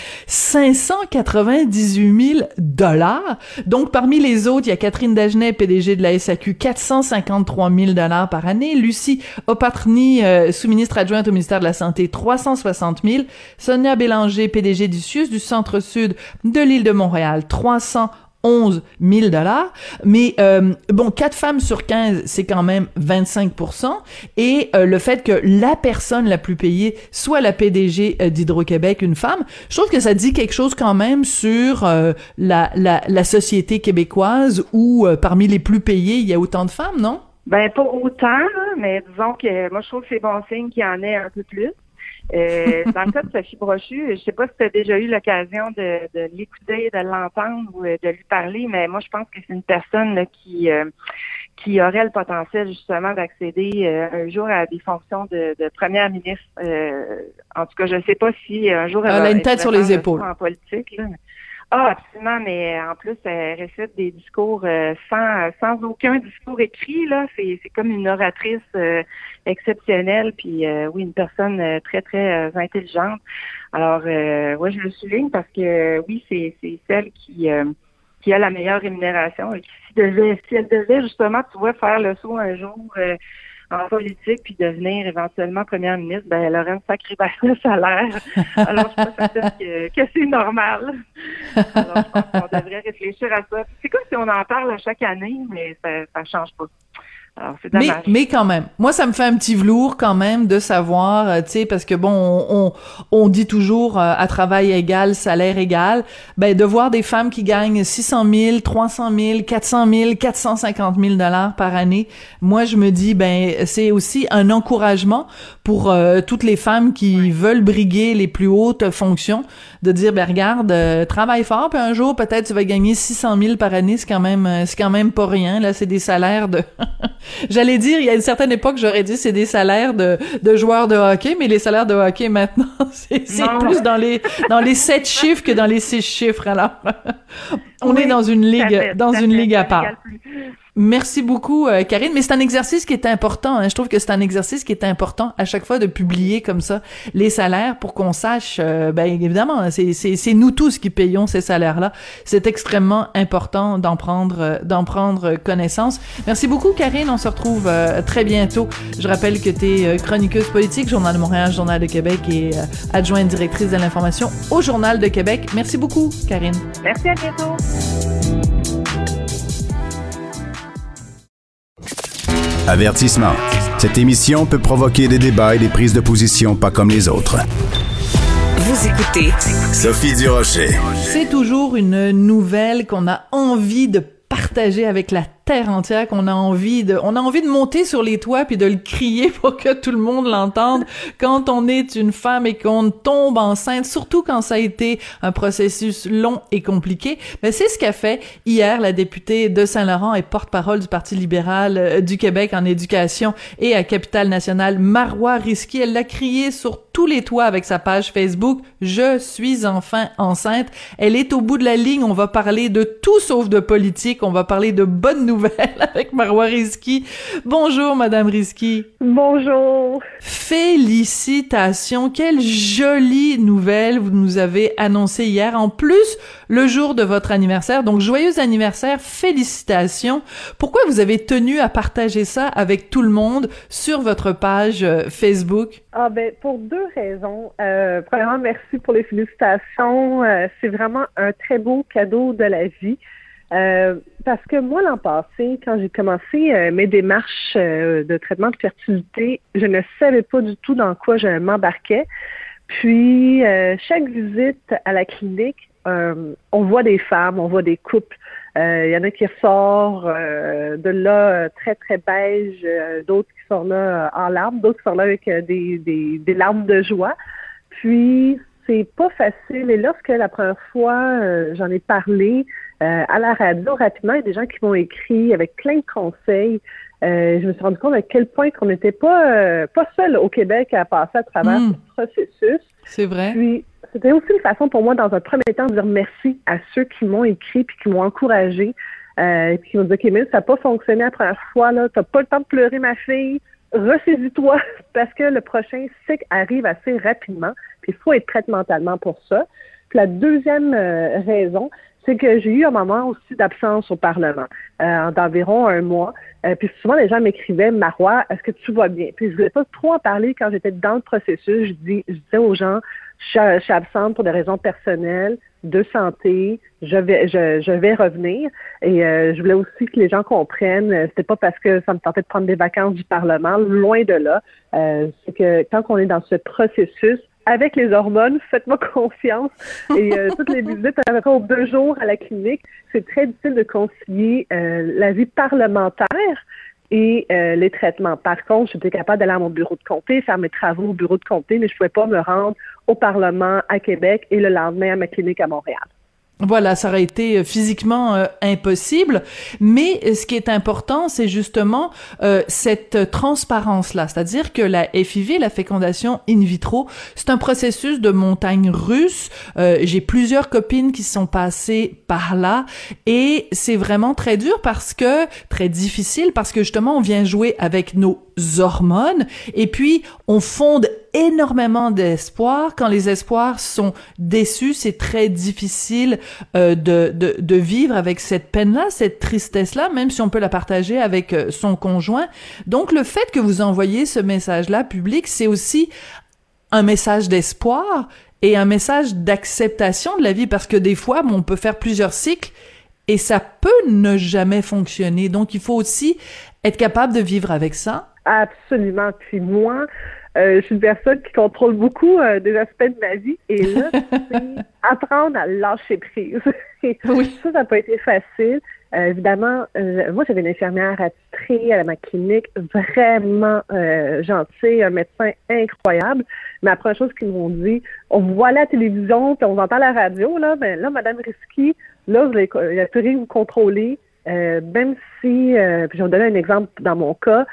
Speaker 6: 598 000 $. Donc, parmi les autres, il y a Catherine Dagenet, PDG de la SAQ, 453 000 $ par année. Lucie Opatrny, sous-ministre adjointe au ministère de la Santé, 360 000. Sonia Bélanger, PDG du CIUS du Centre-Sud de l'île de Montréal, 311 000 $. Mais 4 femmes sur 15, c'est quand même 25%. Et le fait que la personne la plus payée soit la PDG d'Hydro-Québec, une femme, je trouve que ça dit quelque chose quand même sur la société québécoise où parmi les plus payées, il y a autant de femmes, non?
Speaker 2: Pas autant, là, mais disons que moi je trouve que c'est bon signe qu'il y en ait un peu plus. Dans le cas de Sophie Brochu, je sais pas si tu as déjà eu l'occasion de l'écouter, de l'entendre ou de lui parler, mais moi je pense que c'est une personne là, qui aurait le potentiel justement d'accéder un jour à des fonctions de première ministre. En tout cas, je sais pas si un jour
Speaker 6: elle a une tête sur les épaules
Speaker 2: en politique. Là. Ah, absolument, mais en plus, elle récite des discours sans aucun discours écrit, là. C'est comme une oratrice exceptionnelle, puis oui, une personne très, très intelligente. Alors, ouais, je le souligne parce que oui, c'est celle qui a la meilleure rémunération et qui, si elle devait justement, tu vois, faire le saut un jour en politique puis devenir éventuellement première ministre, ben elle aurait une sacrée baisse de salaire. Alors, je suis pas certaine que c'est normal. Alors, je pense qu'on devrait réfléchir à ça. C'est comme si on en parle à chaque année, mais ça change pas. Alors, c'est dommage.
Speaker 6: Mais quand même, moi ça me fait un petit velours quand même de savoir, tu sais, parce que bon, on dit toujours à travail égal, salaire égal, ben de voir des femmes qui gagnent 600 000, 300 000, 400 000, 450 000 $ par année. Moi je me dis ben c'est aussi un encouragement pour toutes les femmes qui veulent briguer les plus hautes fonctions, de dire ben regarde, travaille fort, puis un jour peut-être tu vas gagner 600 000 par année, c'est quand même pas rien. Là c'est des salaires de J'allais dire, il y a une certaine époque, j'aurais dit c'est des salaires de joueurs de hockey, mais les salaires de hockey maintenant, c'est plus dans les 7 chiffres que dans les 6 chiffres. Alors, on est dans une ligue à part. Merci beaucoup, Karine. Mais c'est un exercice qui est important. Hein. Je trouve que c'est un exercice qui est important à chaque fois de publier comme ça les salaires pour qu'on sache. Ben évidemment, c'est nous tous qui payons ces salaires-là. C'est extrêmement important d'en prendre connaissance. Merci beaucoup, Karine. On se retrouve très bientôt. Je rappelle que tu es chroniqueuse politique, Journal de Montréal, Journal de Québec et adjointe directrice de l'information au Journal de Québec. Merci beaucoup, Karine.
Speaker 2: Merci, à bientôt.
Speaker 5: Avertissement. Cette émission peut provoquer des débats et des prises de position pas comme les autres.
Speaker 1: Vous écoutez
Speaker 5: Sophie Durocher.
Speaker 6: C'est toujours une nouvelle qu'on a envie de partager avec la terre entière, qu'on a envie de monter sur les toits puis de le crier pour que tout le monde l'entende quand on est une femme et qu'on tombe enceinte, surtout quand ça a été un processus long et compliqué. Mais c'est ce qu'a fait hier la députée de Saint-Laurent et porte-parole du Parti libéral du Québec en éducation et à Capitale-Nationale, Marois Risky. Elle l'a crié sur tous les toits avec sa page Facebook. Je suis enfin enceinte. Elle est au bout de la ligne. On va parler de tout sauf de politique. On va parler de bonnes nouvelles avec Marois Risky. Bonjour, Madame Risky.
Speaker 3: Bonjour.
Speaker 6: Félicitations. Quelle jolie nouvelle vous nous avez annoncée hier. En plus, le jour de votre anniversaire. Donc, joyeux anniversaire. Félicitations. Pourquoi vous avez tenu à partager ça avec tout le monde sur votre page Facebook?
Speaker 3: Ah ben, pour 2 raisons. Premièrement, merci pour les félicitations. C'est vraiment un très beau cadeau de la vie. Parce que moi, l'an passé, quand j'ai commencé mes démarches de traitement de fertilité, je ne savais pas du tout dans quoi je m'embarquais. Puis, chaque visite à la clinique, on voit des femmes, on voit des couples. Il y en a qui ressortent de là très, très beige, d'autres qui sont là en larmes, d'autres qui sont là avec des larmes de joie. Puis, c'est pas facile. Et lorsque la première fois, j'en ai parlé à la radio, rapidement, il y a des gens qui m'ont écrit avec plein de conseils. Je me suis rendu compte à quel point qu'on n'était pas seul au Québec à passer à travers ce processus.
Speaker 6: C'est vrai.
Speaker 3: Puis, c'était aussi une façon pour moi, dans un premier temps, de dire merci à ceux qui m'ont écrit puis qui m'ont encouragé. Puis qui m'ont dit, OK, mais ça n'a pas fonctionné la première fois, là. T'as pas le temps de pleurer, ma fille. Ressaisis-toi, parce que le prochain cycle arrive assez rapidement. Puis il faut être prête mentalement pour ça. Puis la deuxième raison, c'est que j'ai eu un moment aussi d'absence au Parlement, d'environ 1 mois. Puis souvent, les gens m'écrivaient, Marois, est-ce que tu vas bien? Puis je voulais pas trop en parler quand j'étais dans le processus. Je disais aux gens, je suis absente pour des raisons personnelles, de santé, je vais revenir. Et je voulais aussi que les gens comprennent, c'était pas parce que ça me tentait de prendre des vacances du Parlement, loin de là. C'est que quand on est dans ce processus, avec les hormones, faites-moi confiance. Et toutes les visites à peu près aux 2 jours à la clinique, c'est très difficile de concilier la vie parlementaire et les traitements. Par contre, j'étais capable d'aller à mon bureau de comté, faire mes travaux au bureau de comté, mais je ne pouvais pas me rendre au Parlement à Québec et le lendemain à ma clinique à Montréal.
Speaker 6: Voilà, ça aurait été physiquement impossible, mais ce qui est important, c'est justement cette transparence-là, c'est-à-dire que la FIV, la fécondation in vitro, c'est un processus de montagne russe. J'ai plusieurs copines qui sont passées par là et c'est vraiment très dur très difficile parce que justement, on vient jouer avec nos hormones. Et puis, on fonde énormément d'espoir. Quand les espoirs sont déçus, c'est très difficile de vivre avec cette peine-là, cette tristesse-là, même si on peut la partager avec son conjoint. Donc, le fait que vous envoyez ce message-là public, c'est aussi un message d'espoir et un message d'acceptation de la vie, parce que des fois, on peut faire plusieurs cycles et ça peut ne jamais fonctionner. Donc, il faut aussi être capable de vivre avec ça.
Speaker 3: Absolument. Puis moi, je suis une personne qui contrôle beaucoup des aspects de ma vie. Et là, c'est apprendre à lâcher prise. Oui. Ça n'a pas été facile. Évidemment, moi, j'avais une infirmière attitrée à ma clinique, vraiment gentille, un médecin incroyable. Mais la première chose qu'ils m'ont dit, on voit la télévision, puis on entend la radio, là, mais là, Madame Risky, là, il n'y a plus rien à vous contrôler. Même si, je vais vous donner un exemple dans mon cas,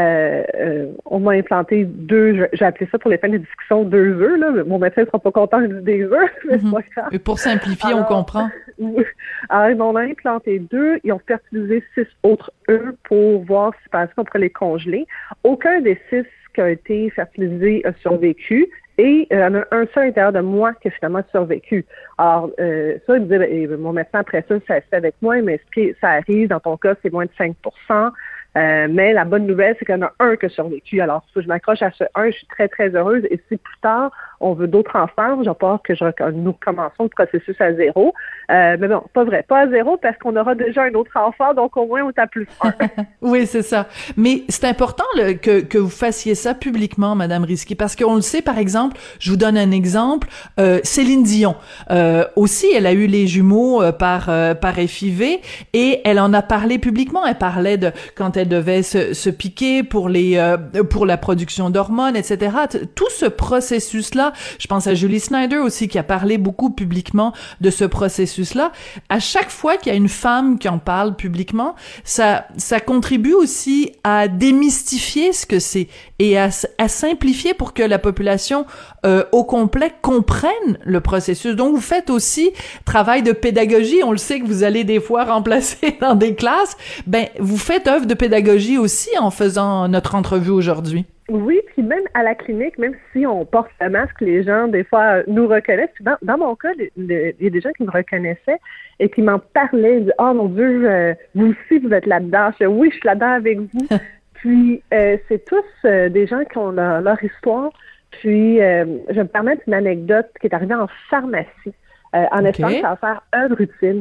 Speaker 3: on m'a implanté 2, j'ai appelé ça pour les fins de discussion 2 œufs, là. Mon médecin ne sera pas content de des œufs, mais c'est pas grave.
Speaker 6: Et pour simplifier, on comprend.
Speaker 3: Alors, ils m'ont implanté 2, ils ont fertilisé 6 autres œufs pour voir si par exemple on pourrait les congeler. Aucun des 6 qui a été fertilisé a survécu. Et il y en a un seul à l'intérieur de moi qui a finalement survécu. Alors, ça, il me dit, mon médecin, après ça c'est avec moi, il m'explique, ça arrive, dans ton cas, c'est moins de 5%. Mais la bonne nouvelle, c'est qu'il y en a un qui a survécu. Alors, si je m'accroche à ce un, je suis très, très heureuse. Et si plus tard, on veut d'autres enfants, j'ai peur que nous recommençons le processus à 0. Mais bon, pas vrai. Pas à 0 parce qu'on aura déjà un autre enfant, donc au moins, on est à plus 1.
Speaker 6: Oui, c'est ça. Mais c'est important que vous fassiez ça publiquement, Madame Risky, parce qu'on le sait, par exemple, je vous donne un exemple, Céline Dion. Aussi, elle a eu les jumeaux par FIV et elle en a parlé publiquement. Elle parlait de quand elle devait se piquer pour la production d'hormones, etc. Tout ce processus-là, je pense à Julie Snyder aussi qui a parlé beaucoup publiquement de ce processus-là. À chaque fois qu'il y a une femme qui en parle publiquement, ça contribue aussi à démystifier ce que c'est et à simplifier pour que la population au complet comprenne le processus. Donc, vous faites aussi travail de pédagogie. On le sait que vous allez des fois remplacer dans des classes. Ben, vous faites œuvre de pédagogie aussi en faisant notre entrevue aujourd'hui.
Speaker 3: Oui, puis même à la clinique, même si on porte le masque, les gens, des fois, nous reconnaissent. Dans mon cas, il y a des gens qui me reconnaissaient et qui m'en parlaient. Ils disaient, oh mon Dieu, vous aussi, vous êtes là-dedans. Je dis, oui, je suis là-dedans avec vous. Puis, c'est tous des gens qui ont leur histoire. Puis, je vais me permettre une anecdote qui est arrivée en pharmacie. En espérant que ça va faire œuvre utile.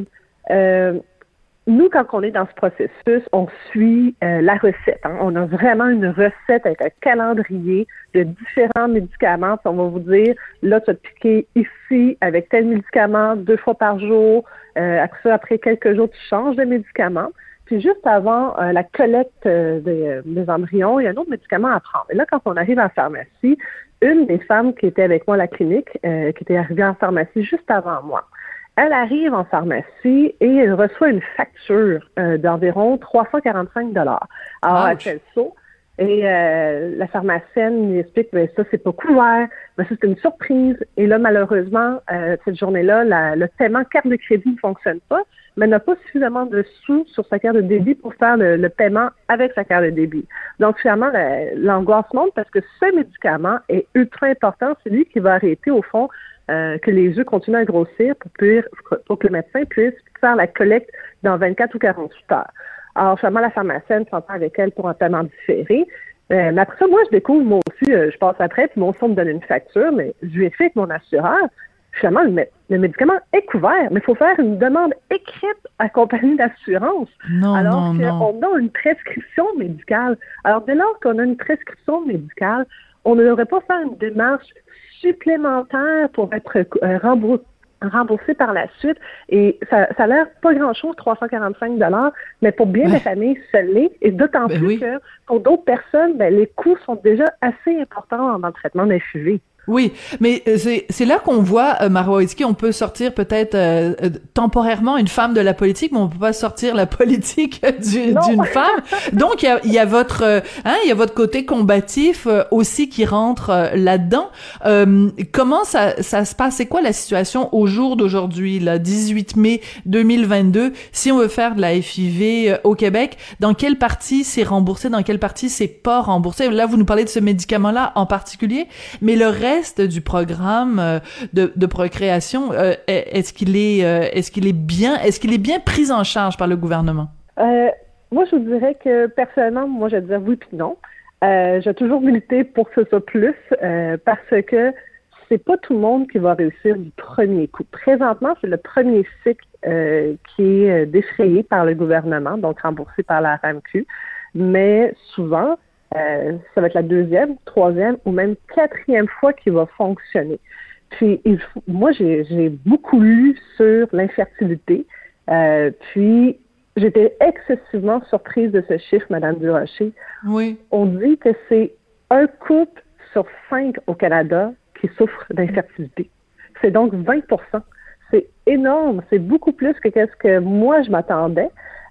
Speaker 3: Nous, quand on est dans ce processus, on suit la recette. Hein. On a vraiment une recette avec un calendrier de différents médicaments. Puis on va vous dire, là, tu vas te piquer ici avec tel médicament 2 fois par jour. Après quelques jours, tu changes de médicament. Puis juste avant la collecte des embryons, il y a un autre médicament à prendre. Et là, quand on arrive en pharmacie, une des femmes qui était avec moi à la clinique, qui était arrivée en pharmacie juste avant moi, elle arrive en pharmacie et elle reçoit une facture d'environ 345 $. Alors, elle fait le saut et la pharmacienne lui explique que ça, c'est pas couvert, mais ça, c'est une surprise. Et là, malheureusement, cette journée-là, le paiement carte de crédit ne fonctionne pas, mais elle n'a pas suffisamment de sous sur sa carte de débit pour faire le paiement avec sa carte de débit. Donc, finalement, l'angoisse monte parce que ce médicament est ultra important. C'est lui qui va arrêter, au fond, que les œufs continuent à grossir pour que le médecin puisse faire la collecte dans 24 ou 48 heures. Alors, finalement, la pharmacienne s'entend avec elle pour un paiement différé. Mais après ça, moi, je découvre, moi aussi, je passe après, puis mon son me donne une facture, mais je lui ai fait avec mon assureur. Finalement, le médicament est couvert, mais il faut faire une demande écrite à la compagnie d'assurance. Alors qu'on a une prescription médicale. Alors, dès lors qu'on a une prescription médicale, on ne devrait pas faire une démarche supplémentaire pour être remboursé par la suite. Et ça a l'air pas grand-chose, 345 $, mais pour bien des familles, ça l'est. Et d'autant plus que pour d'autres personnes, les coûts sont déjà assez importants dans le traitement d'FIV.
Speaker 6: Oui, mais c'est là qu'on voit, Marois Risky, on peut sortir peut-être temporairement une femme de la politique, mais on peut pas sortir la politique d'une femme. Donc il y a votre il y a votre côté combatif aussi qui rentre là-dedans. Comment ça se passe? C'est quoi la situation au jour d'aujourd'hui, là, 18 mai 2022, si on veut faire de la FIV au Québec? Dans quelle partie c'est remboursé, dans quelle partie c'est pas remboursé? Là, vous nous parlez de ce médicament-là en particulier, mais le reste du programme de procréation, est-ce qu'il est bien pris en charge par le gouvernement?
Speaker 3: Moi, je vous dirais que personnellement, moi, je vais dire oui puis non. J'ai toujours milité pour que ce soit plus, parce que c'est pas tout le monde qui va réussir du premier coup. Présentement, c'est le premier cycle qui est défrayé par le gouvernement, donc remboursé par la RAMQ, mais souvent, ça va être la deuxième, troisième ou même quatrième fois qu'il va fonctionner. Puis, moi, j'ai beaucoup lu sur l'infertilité. Puis, j'étais excessivement surprise de ce chiffre, Madame Durocher.
Speaker 6: Oui.
Speaker 3: On dit que c'est un couple sur 5 au Canada qui souffre d'infertilité. C'est donc 20%. C'est énorme. C'est beaucoup plus que ce que moi, je m'attendais.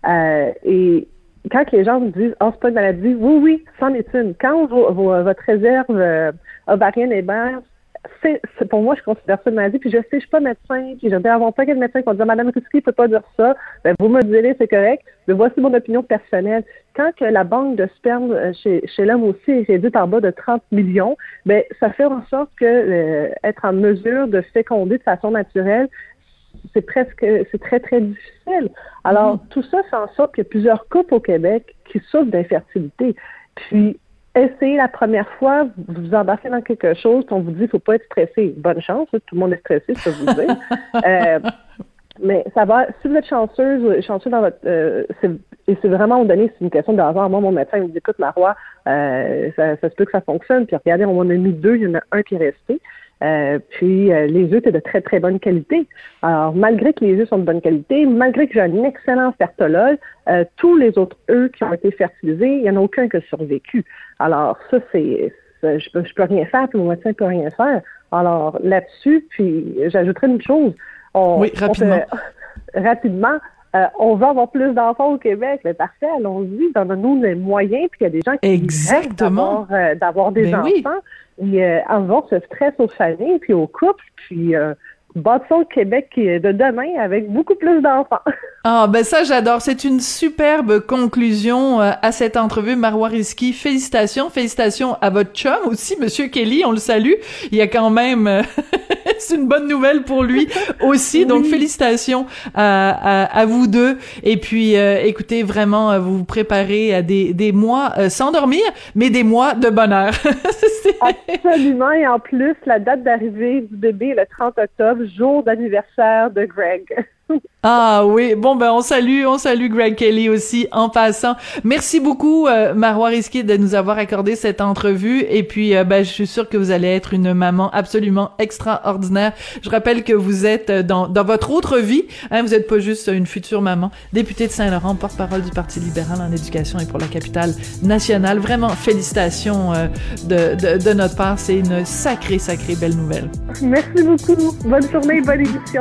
Speaker 3: Et quand les gens me disent « Ah, c'est pas une maladie », oui, c'en est une. Quand votre réserve ovarienne est basse, c'est pour moi, je considère ça une maladie, puis je sais, je suis pas médecin, puis je vais avoir pas quel médecin qui va dire « Madame Risky, il peut pas dire ça », ben vous me direz, c'est correct, mais voici mon opinion personnelle. Quand que la banque de sperme chez l'homme aussi est réduite en bas de 30 millions, ben ça fait en sorte que être en mesure de féconder de façon naturelle, c'est très, très difficile. Alors, tout ça fait en sorte qu'il y a plusieurs couples au Québec qui souffrent d'infertilité. Puis, essayez la première fois, vous embarquez dans quelque chose, on vous dit qu'il ne faut pas être stressé. Bonne chance, tout le monde est stressé, je peux vous dire. Mais ça va, si vous êtes chanceux dans votre... et c'est vraiment, donné, c'est une question de hasard. Moi, mon médecin me dit, écoute, Marois, ça se peut que ça fonctionne. Puis regardez, on en a mis 2, il y en a un qui est resté. Puis les œufs étaient de très, très bonne qualité. Alors, malgré que les œufs sont de bonne qualité, malgré que j'ai un excellent fertologue, tous les autres œufs qui ont été fertilisés, il n'y en a aucun qui a survécu. Alors, ça, je peux rien faire, puis mon médecin ne peut rien faire. Alors, là-dessus, puis j'ajouterais une chose. Rapidement. On veut avoir plus d'enfants au Québec. Mais parfait, allons-y, donnons-nous les moyens, puis il y a des gens qui rêvent d'avoir des enfants. Oui. Et enlevons ce stress aux familles, puis aux couples, puis bâtissons le Québec de demain avec beaucoup plus d'enfants.
Speaker 6: Ah, ben ça, j'adore. C'est une superbe conclusion à cette entrevue. Marois Risky, félicitations. Félicitations à votre chum aussi, Monsieur Kelly, on le salue. Il y a quand même... c'est une bonne nouvelle pour lui aussi. Oui. Donc, félicitations à vous deux. Et puis, écoutez, vraiment, vous vous préparez à des mois sans dormir, mais des mois de bonheur.
Speaker 3: Absolument. Et en plus, la date d'arrivée du bébé est le 30 octobre, jour d'anniversaire de Greg.
Speaker 6: Ah oui, bon ben on salue Greg Kelly aussi en passant. Merci beaucoup Marois Risky de nous avoir accordé cette entrevue et puis ben je suis sûre que vous allez être une maman absolument extraordinaire. Je rappelle que vous êtes dans votre autre vie, hein, vous êêtes pas juste une future maman, députée de Saint-Laurent, porte-parole du Parti libéral en éducation et pour la capitale nationale. Vraiment félicitations de notre part, c'est une sacrée belle nouvelle.
Speaker 3: Merci beaucoup. Bonne journée, bonne édition.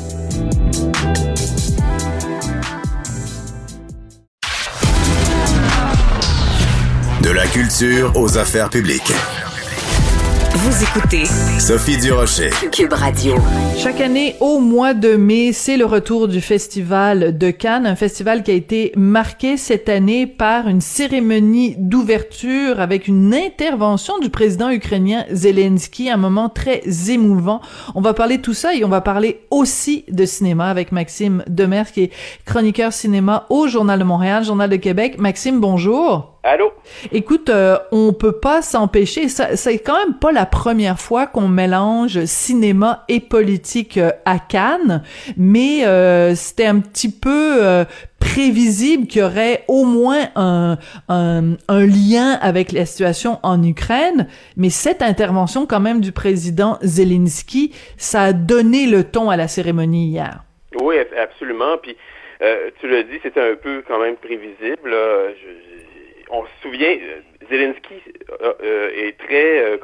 Speaker 5: De la culture aux affaires publiques.
Speaker 1: Vous écoutez
Speaker 5: Sophie Durocher,
Speaker 1: Cube Radio.
Speaker 6: Chaque année, au mois de mai, c'est le retour du Festival de Cannes, un festival qui a été marqué cette année par une cérémonie d'ouverture avec une intervention du président ukrainien Zelensky, un moment très émouvant. On va parler de tout ça et on va parler aussi de cinéma avec Maxime Demers, qui est chroniqueur cinéma au Journal de Montréal, Journal de Québec. Maxime, bonjour.
Speaker 8: Allô?
Speaker 6: Écoute, on peut pas s'empêcher, c'est quand même pas la première fois qu'on mélange cinéma et politique à Cannes, mais c'était un petit peu prévisible qu'il y aurait au moins un lien avec la situation en Ukraine, mais cette intervention quand même du président Zelensky, ça a donné le ton à la cérémonie hier.
Speaker 8: Oui, absolument, puis tu l'as dit, c'était un peu quand même prévisible, là. On se souvient, Zelensky est très,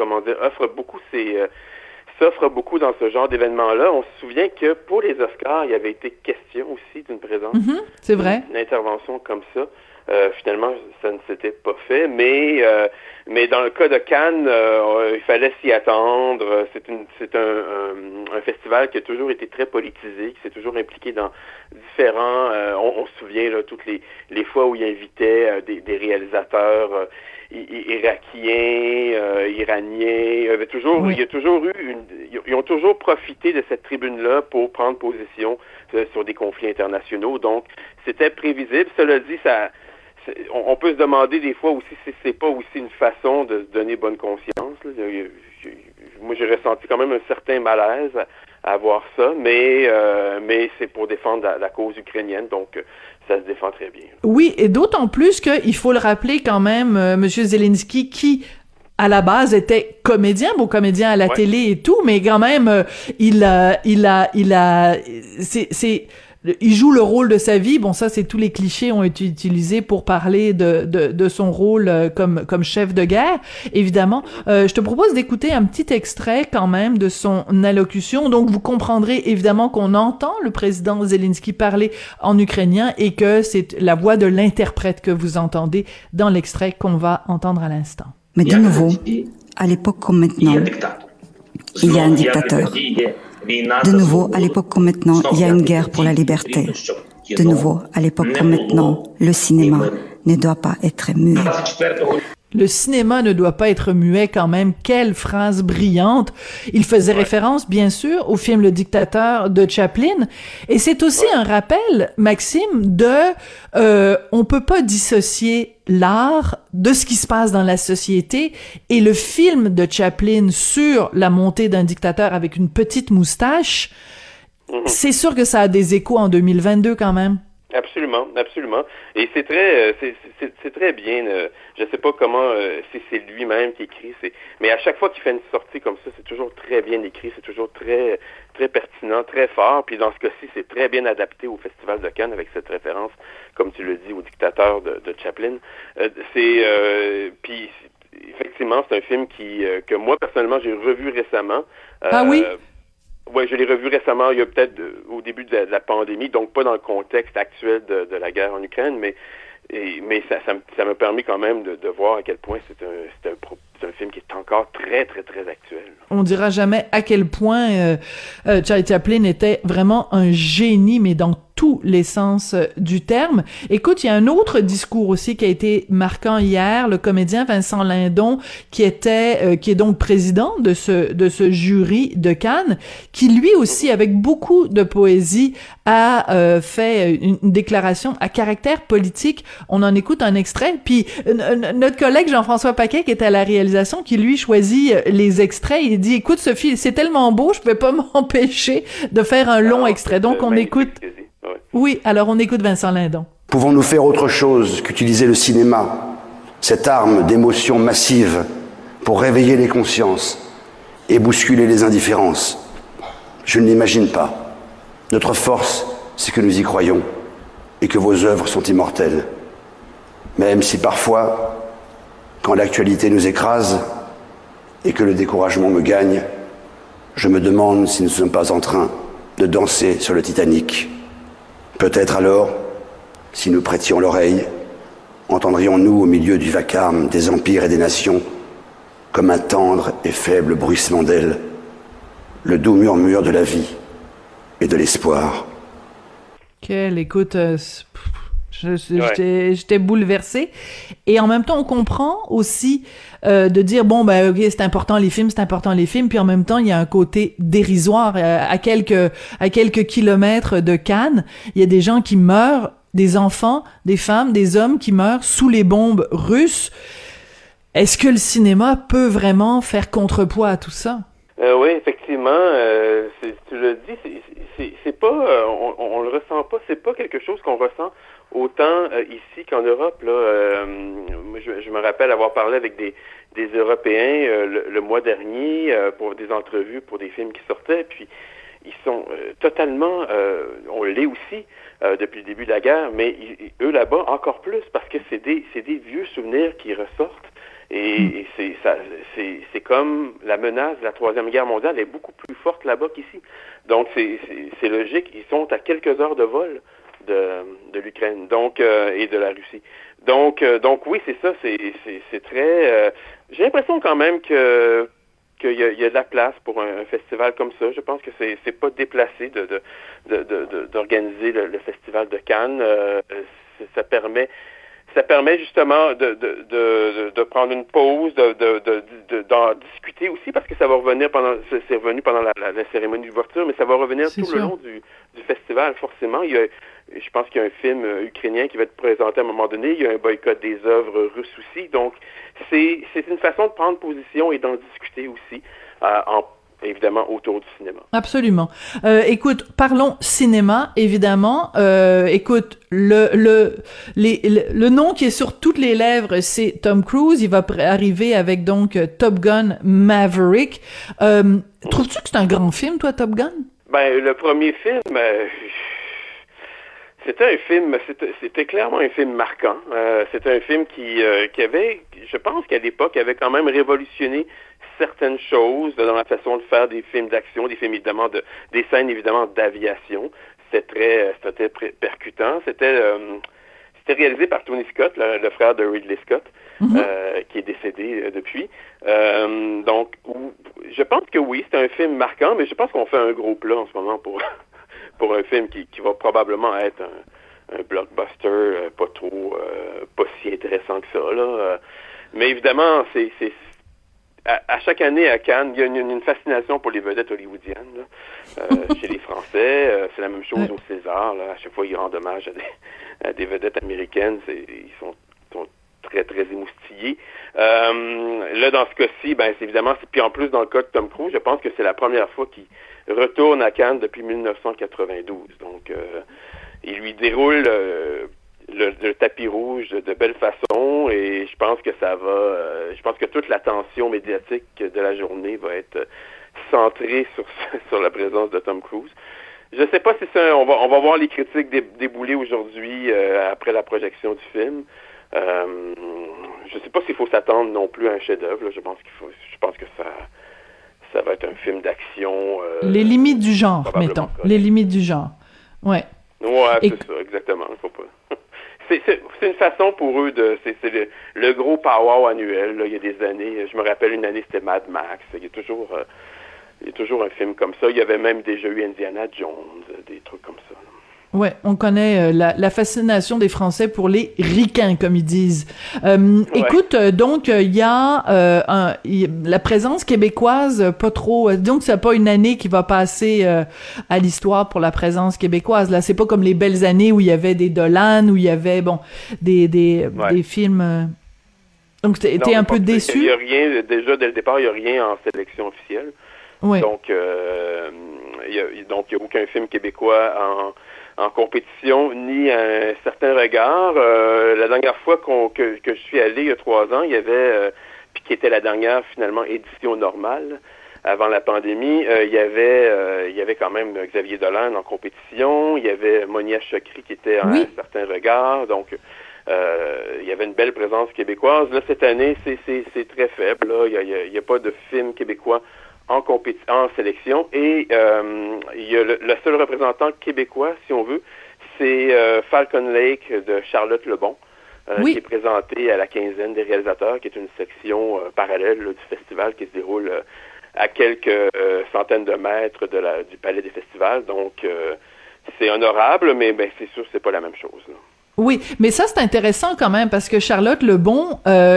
Speaker 8: s'offre beaucoup dans ce genre d'événement-là. On se souvient que pour les Oscars, il y avait été question aussi d'une présence,
Speaker 6: c'est vrai,
Speaker 8: une intervention comme ça. Finalement, ça ne s'était pas fait, mais dans le cas de Cannes, il fallait s'y attendre. C'est un festival qui a toujours été très politisé, qui s'est toujours impliqué dans différents. On se souvient là toutes les fois où il invitait des réalisateurs irakiens, iraniens. Il y a toujours eu ils ont toujours profité de cette tribune-là pour prendre position sur des conflits internationaux. Donc, c'était prévisible. Cela dit, on peut se demander des fois aussi si c'est pas aussi une façon de se donner bonne conscience. Là. Moi, j'ai ressenti quand même un certain malaise à voir ça, mais c'est pour défendre la cause ukrainienne, donc ça se défend très bien.
Speaker 6: Oui, et d'autant plus qu'il faut le rappeler quand même, M. Zelensky, qui à la base était comédien à la télé et tout, mais quand même il joue le rôle de sa vie. Bon, ça, c'est tous les clichés ont été utilisés pour parler de son rôle comme chef de guerre, évidemment. Je te propose d'écouter un petit extrait quand même de son allocution. Donc, vous comprendrez évidemment qu'on entend le président Zelensky parler en ukrainien et que c'est la voix de l'interprète que vous entendez dans l'extrait qu'on va entendre à l'instant.
Speaker 9: Mais de nouveau, à l'époque comme maintenant, il y a un dictateur. De nouveau, à l'époque comme maintenant, il y a une guerre pour la liberté. De nouveau, à l'époque comme maintenant, le cinéma ne doit pas être muet.
Speaker 6: Le cinéma ne doit pas être muet quand même. Quelle phrase brillante. Il faisait référence, bien sûr, au film Le Dictateur de Chaplin. Et c'est aussi un rappel, Maxime, on peut pas dissocier l'art de ce qui se passe dans la société. Et le film de Chaplin sur la montée d'un dictateur avec une petite moustache, c'est sûr que ça a des échos en 2022 quand même.
Speaker 8: Absolument. Et c'est très bien. Je sais pas comment, si c'est lui-même qui écrit, mais à chaque fois qu'il fait une sortie comme ça, c'est toujours très bien écrit, c'est toujours très, très pertinent, très fort. Puis dans ce cas-ci, c'est très bien adapté au Festival de Cannes avec cette référence, comme tu le dis, au dictateur de Chaplin. Puis effectivement, c'est un film que moi personnellement j'ai revu récemment.
Speaker 6: Ah oui?
Speaker 8: Oui, je l'ai revu récemment, il y a peut-être au début de la pandémie, donc pas dans le contexte actuel de la guerre en Ukraine, mais ça m'a permis quand même de voir à quel point c'est un film qui est encore très, très, très actuel.
Speaker 6: On dira jamais à quel point Charlie Chaplin était vraiment un génie, mais dans tous les sens du terme. Écoute, il y a un autre discours aussi qui a été marquant hier, le comédien Vincent Lindon, qui est donc président de ce jury de Cannes, qui lui aussi, avec beaucoup de poésie, a fait une déclaration à caractère politique. On en écoute un extrait, puis notre collègue Jean-François Paquet, qui était à la réalisation, qui lui choisit les extraits, il dit, écoute Sophie, c'est tellement beau, je pouvais pas m'empêcher de faire un long extrait. Donc on écoute... Oui, alors on écoute Vincent Lindon.
Speaker 10: Pouvons-nous faire autre chose qu'utiliser le cinéma, cette arme d'émotion massive, pour réveiller les consciences et bousculer les indifférences? Je ne l'imagine pas. Notre force, c'est que nous y croyons et que vos œuvres sont immortelles. Même si parfois, quand l'actualité nous écrase et que le découragement me gagne, je me demande si nous ne sommes pas en train de danser sur le Titanic. Peut-être alors, si nous prêtions l'oreille, entendrions-nous au milieu du vacarme des empires et des nations, comme un tendre et faible bruissement d'ailes, le doux murmure de la vie et de l'espoir.
Speaker 6: Écoute, j'étais bouleversée. Et en même temps, on comprend aussi de dire, bon, ben ok, c'est important les films, puis en même temps, il y a un côté dérisoire. À quelques kilomètres de Cannes, il y a des gens qui meurent, des enfants, des femmes, des hommes qui meurent sous les bombes russes. Est-ce que le cinéma peut vraiment faire contrepoids à tout ça?
Speaker 8: Oui, effectivement, tu le dis, c'est pas, on le ressent pas, c'est pas quelque chose qu'on ressent autant ici qu'en Europe. Là, je me rappelle avoir parlé avec des Européens le mois dernier pour des entrevues, pour des films qui sortaient, puis ils sont totalement, on l'est aussi depuis le début de la guerre, mais eux là-bas encore plus, parce que c'est des vieux souvenirs qui ressortent. Et c'est comme la menace de la Troisième Guerre mondiale est beaucoup plus forte là-bas qu'ici. Donc c'est logique, ils sont à quelques heures de vol de l'Ukraine, donc et de la Russie. Donc oui, c'est ça, c'est très j'ai l'impression quand même qu'il y a de la place pour un festival comme ça. Je pense que c'est pas déplacé d'organiser le festival de Cannes. Ça permet justement de prendre une pause, d'en discuter aussi, parce que ça va revenir c'est revenu pendant la cérémonie d'ouverture, mais ça va revenir tout le long du festival, forcément. Je pense qu'il y a un film ukrainien qui va être présenté à un moment donné. Il y a un boycott des œuvres russes aussi. Donc, c'est une façon de prendre position et d'en discuter aussi, évidemment, autour du cinéma.
Speaker 6: Absolument. Écoute, parlons cinéma, évidemment. Écoute, le nom qui est sur toutes les lèvres, c'est Tom Cruise. Il va arriver avec donc Top Gun Maverick. Trouves-tu que c'est un grand film, toi, Top Gun?
Speaker 8: Ben, le premier film, c'était clairement un film marquant. C'était un film qui avait, je pense qu'à l'époque, avait quand même révolutionné certaines choses dans la façon de faire des films d'action, des films évidemment des scènes évidemment d'aviation. C'était très percutant. C'était réalisé par Tony Scott, le frère de Ridley Scott, qui est décédé depuis. Donc, je pense que oui, c'est un film marquant, mais je pense qu'on fait un gros plat en ce moment pour un film qui va probablement être un blockbuster pas si intéressant que ça, là. Mais évidemment, à chaque année à Cannes, il y a une fascination pour les vedettes hollywoodiennes, là. Chez les Français. C'est la même chose au César, là. À chaque fois, ils rendent hommage à des vedettes américaines. Ils sont très, très émoustillés. Là, dans ce cas-ci, c'est évidemment, puis en plus, dans le cas de Tom Cruise, je pense que c'est la première fois qu'il retourne à Cannes depuis 1992. Donc, il lui déroule le tapis rouge de belle façon, et je pense que je pense que toute l'attention médiatique de la journée va être centrée sur la présence de Tom Cruise. Je sais pas si on va voir les critiques débouler aujourd'hui après la projection du film. Je sais pas s'il faut s'attendre non plus à un chef-d'œuvre. Je pense que ça va être un film d'action.
Speaker 6: Les limites du genre, mettons. Les limites du genre. Ouais.
Speaker 8: Ouais, c'est ça, exactement. Faut pas. C'est une façon pour eux c'est le gros power annuel, là. Il y a des années, je me rappelle une année, c'était Mad Max. Il y a toujours un film comme ça. Il y avait même déjà eu Indiana Jones, des trucs comme ça, là.
Speaker 6: Ouais, on connaît la fascination des Français pour les ricains, comme ils disent. Écoute, donc il y a la présence québécoise, pas trop. Donc c'est pas une année qui va passer à l'histoire pour la présence québécoise. Là, c'est pas comme les belles années où il y avait des Dolan, où il y avait des films. Donc t'es un peu déçu.
Speaker 8: Il y a rien déjà dès le départ, il y a rien en sélection officielle.
Speaker 6: Ouais.
Speaker 8: Donc il y a aucun film québécois en compétition, ni un certain regard. La dernière fois que je suis allé, il y a 3 ans, il y avait, puis qui était la dernière, finalement, édition normale, avant la pandémie, il y avait quand même Xavier Dolan en compétition, il y avait Monia Chokri qui était un certain regard, donc il y avait une belle présence québécoise. Là, cette année, c'est très faible, là. Il y a pas de film québécois en sélection, et il y a le seul représentant québécois, si on veut, c'est Falcon Lake de Charlotte Lebon, qui est présenté à la quinzaine des réalisateurs, qui est une section parallèle là, du festival qui se déroule à quelques centaines de mètres du palais des festivals. Donc c'est honorable, mais c'est sûr c'est pas la même chose, là.
Speaker 6: Oui, mais ça c'est intéressant quand même parce que Charlotte Lebon,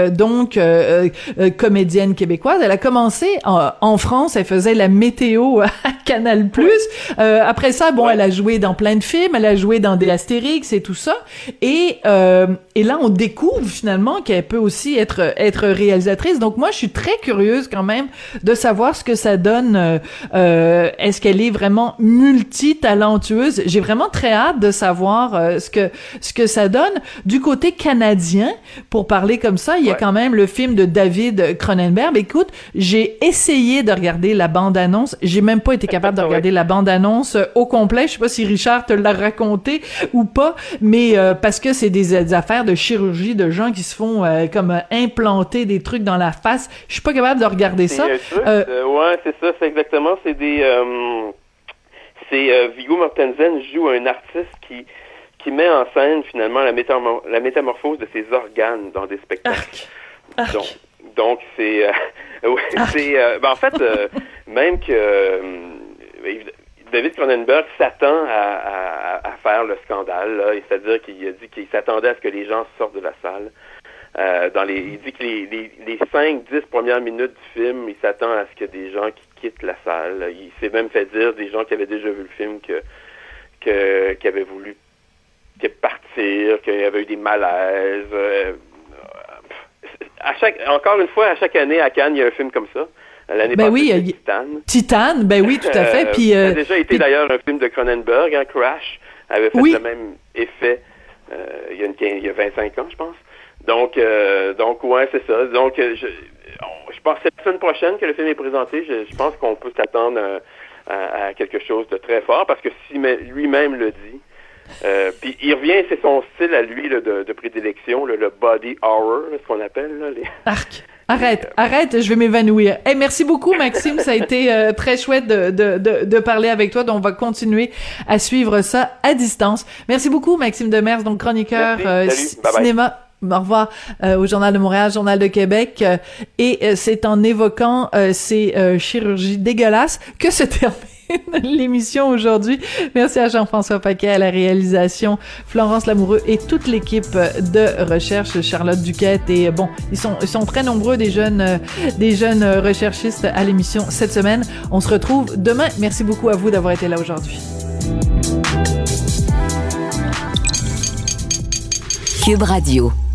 Speaker 6: comédienne québécoise, elle a commencé en France, elle faisait la météo à Canal+. Après ça, elle a joué dans plein de films, elle a joué dans des Astérix et tout ça. Et là, on découvre finalement qu'elle peut aussi être réalisatrice. Donc moi, je suis très curieuse quand même de savoir ce que ça donne. Est-ce qu'elle est vraiment multitalentueuse? J'ai vraiment très hâte de savoir ce que que ça donne. Du côté canadien, pour parler comme ça, il y a quand même le film de David Cronenberg. Écoute, j'ai essayé de regarder la bande-annonce. J'ai même pas été capable de regarder la bande-annonce au complet. Je sais pas si Richard te l'a raconté ou pas, mais parce que c'est des affaires de chirurgie de gens qui se font comme implanter des trucs dans la face. Je suis pas capable de regarder ça.
Speaker 8: Ouais, c'est ça, c'est exactement. C'est Viggo Mortensen joue un artiste qui met en scène finalement la métamorphose de ses organes dans des spectacles. Donc c'est en fait même que David Cronenberg s'attend à faire le scandale, là, c'est-à-dire qu'il a dit qu'il s'attendait à ce que les gens sortent de la salle. Il dit que les 5-10 premières minutes du film, il s'attend à ce qu'il y ait des gens qui quittent la salle. Il s'est même fait dire des gens qui avaient déjà vu le film qui avaient voulu partir, qu'il y avait eu des malaises. Encore une fois, à chaque année à Cannes, il y a un film comme ça. L'année passée, Titane.
Speaker 6: Titane, ben oui, tout à fait. Puis
Speaker 8: ça a déjà été d'ailleurs un film de Cronenberg, Crash, avait fait le même effet il y a 25 ans, je pense. Donc ouais, c'est ça. Donc, je pense que c'est la semaine prochaine que le film est présenté. Je pense qu'on peut s'attendre à quelque chose de très fort, parce que si lui-même le dit, puis il revient, c'est son style à lui là, de prédilection, le body horror, ce qu'on appelle. Là,
Speaker 6: Arc. Arrête, je vais m'évanouir. Hey, merci beaucoup, Maxime. Ça a été très chouette de parler avec toi. Donc, on va continuer à suivre ça à distance. Merci beaucoup, Maxime Demers, donc chroniqueur cinéma. Au revoir au Journal de Montréal, Journal de Québec. Et c'est en évoquant ces chirurgies dégueulasses que se termine l'émission aujourd'hui. Merci à Jean-François Paquet à la réalisation, Florence Lamoureux et toute l'équipe de recherche, Charlotte Duquette. Et bon, ils sont très nombreux, des jeunes recherchistes à l'émission cette semaine. On se retrouve demain. Merci beaucoup à vous d'avoir été là aujourd'hui.
Speaker 1: Cube Radio.